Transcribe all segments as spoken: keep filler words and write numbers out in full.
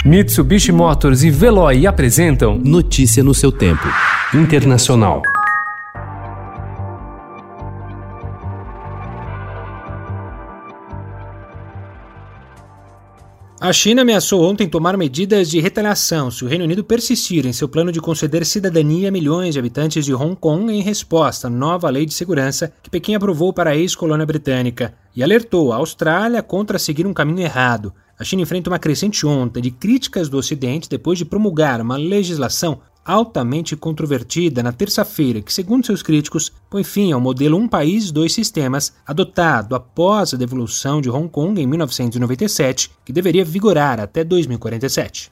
Mitsubishi Motors e Veloy apresentam Notícia no seu tempo. Internacional. A China ameaçou ontem tomar medidas de retaliação se o Reino Unido persistir em seu plano de conceder cidadania a milhões de habitantes de Hong Kong em resposta à nova lei de segurança que Pequim aprovou para a ex-colônia britânica e alertou a Austrália contra seguir um caminho errado. A China enfrenta uma crescente onda de críticas do Ocidente depois de promulgar uma legislação altamente controvertida na terça-feira que, segundo seus críticos, põe fim ao modelo Um País, Dois Sistemas adotado após a devolução de Hong Kong em mil novecentos e noventa e sete, que deveria vigorar até dois mil e quarenta e sete.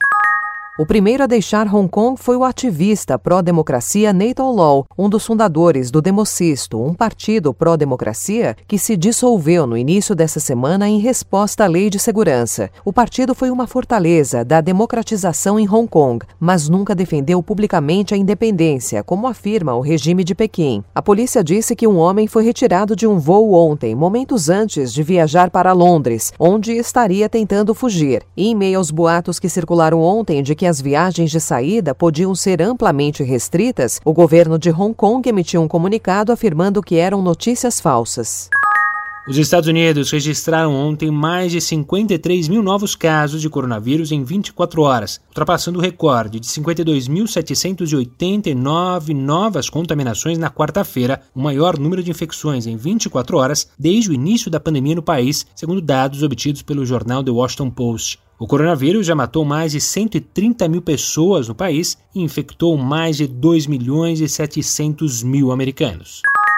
O primeiro a deixar Hong Kong foi o ativista pró-democracia Nathan Law, um dos fundadores do Democisto, um partido pró-democracia que se dissolveu no início dessa semana em resposta à lei de segurança. O partido foi uma fortaleza da democratização em Hong Kong, mas nunca defendeu publicamente a independência, como afirma o regime de Pequim. A polícia disse que um homem foi retirado de um voo ontem, momentos antes de viajar para Londres, onde estaria tentando fugir. E em meio aos boatos que circularam ontem de que as viagens de saída podiam ser amplamente restritas, o governo de Hong Kong emitiu um comunicado afirmando que eram notícias falsas. Os Estados Unidos registraram ontem mais de cinquenta e três mil novos casos de coronavírus em vinte e quatro horas, ultrapassando o recorde de cinquenta e dois mil setecentos e oitenta e nove novas contaminações na quarta-feira, o maior número de infecções em vinte e quatro horas desde o início da pandemia no país, segundo dados obtidos pelo jornal The Washington Post. O coronavírus já matou mais de cento e trinta mil pessoas no país e infectou mais de dois milhões e setecentos mil americanos.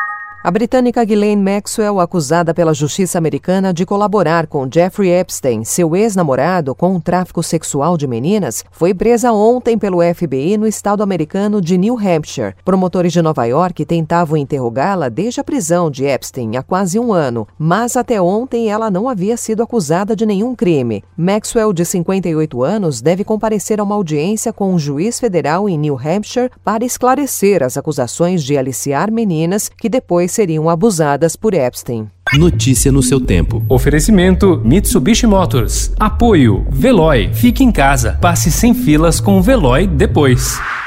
A britânica Ghislaine Maxwell, acusada pela justiça americana de colaborar com Jeffrey Epstein, seu ex-namorado, com o tráfico sexual de meninas, foi presa ontem pelo F B I no estado americano de New Hampshire. Promotores de Nova York tentavam interrogá-la desde a prisão de Epstein há quase um ano, mas até ontem ela não havia sido acusada de nenhum crime. Maxwell, de cinquenta e oito anos, deve comparecer a uma audiência com um juiz federal em New Hampshire para esclarecer as acusações de aliciar meninas que depois seriam abusadas por Epstein. Notícia no seu tempo. Oferecimento Mitsubishi Motors. Apoio Veloy. Fique em casa. Passe sem filas com o Veloy depois.